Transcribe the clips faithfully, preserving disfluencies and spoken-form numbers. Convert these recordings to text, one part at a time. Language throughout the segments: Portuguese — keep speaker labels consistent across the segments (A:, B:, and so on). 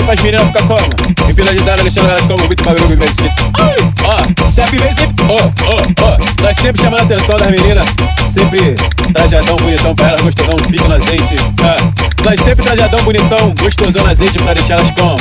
A: pras meninas ficar como? Empinadizada, deixando elas como muito bagulho que vem. Ó, sempre vem sempre. Ó, ó, ó. Nós sempre chamando a atenção das meninas. Sempre trajadão, bonitão pra elas, gostosão, pico no azeite. Ah, nós sempre trajadão, bonitão, gostosão no azeite pra deixar elas como?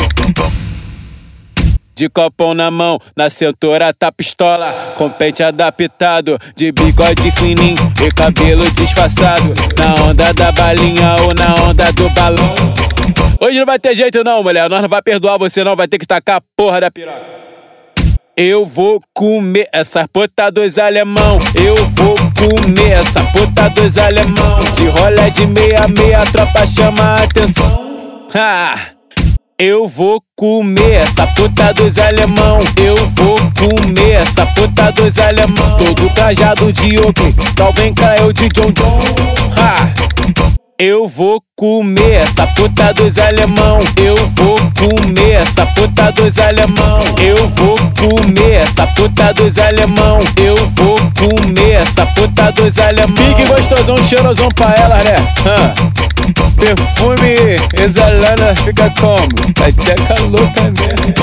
A: De copão na mão, na cintura tá pistola, com pente adaptado, de bigode fininho e cabelo disfarçado, na onda da balinha ou na onda do balão. Hoje não vai ter jeito não, mulher, nós não vai perdoar você não, vai ter que tacar a porra da piroca. Eu vou comer essa puta dos alemão, eu vou comer essa puta dos alemão, de rolé de meia meia, a tropa chama a atenção. Ha! Eu vou comer essa puta dos alemão, eu vou comer essa puta dos alemão, todo trajado de Oakley, Calvin Klein de John John. Ha! Eu vou comer essa puta dos alemão, eu vou comer essa puta dos alemão, eu vou comer essa puta dos alemão, eu vou comer essa puta dos alemão. Fique gostosão, cheirosão pra ela, né? Hã? Perfume exalando, fica como? A tcheca louca mesmo.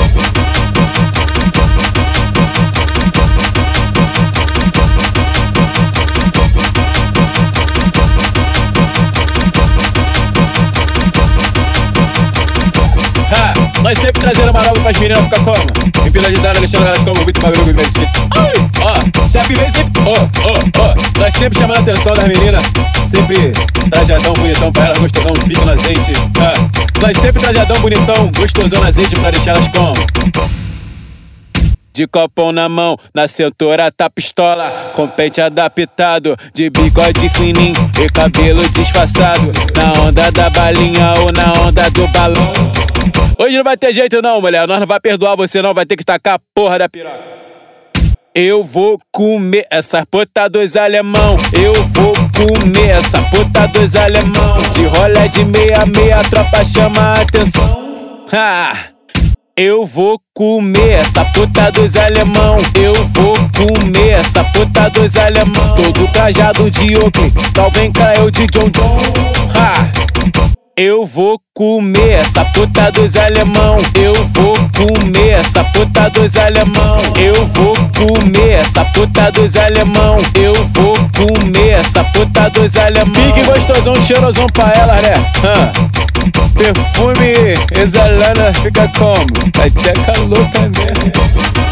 A: Ha! Nós sempre trazendo uma nova pras meninas ficar como? Empinadizada, deixando elas como muito bagulho que vem. Ó, sempre vem sempre. Ó, ó, ó. Nós sempre chamando a atenção das meninas. Sempre trajadão, bonitão pra elas, gostosão, pico no azeite. Ah, nós sempre trajadão, bonitão, gostosão no azeite pra deixar elas como? De copão na mão, na cintura tá pistola, com pente adaptado, de bigode fininho e cabelo disfarçado, na onda da balinha ou na onda do balão. Hoje não vai ter jeito não, mulher, nós não vai perdoar você não, vai ter que tacar a porra da piroca. Eu vou comer essa puta dos alemão, eu vou comer essa puta dos alemão, de rolé de meia meia, a tropa chama a atenção. Ha! Eu vou comer essa puta dos alemão, eu vou comer essa puta dos alemão, todo trajado de Oakley, Calvin Klein de John John. Ha! Eu vou comer essa puta dos alemão, eu vou comer essa puta dos alemão, eu vou comer essa puta dos alemão, eu vou comer essa puta dos alemão. Fique gostosão, cheirosão pra ela, né? Hã? Perfume exalando, fica como? A tcheca louca mesmo.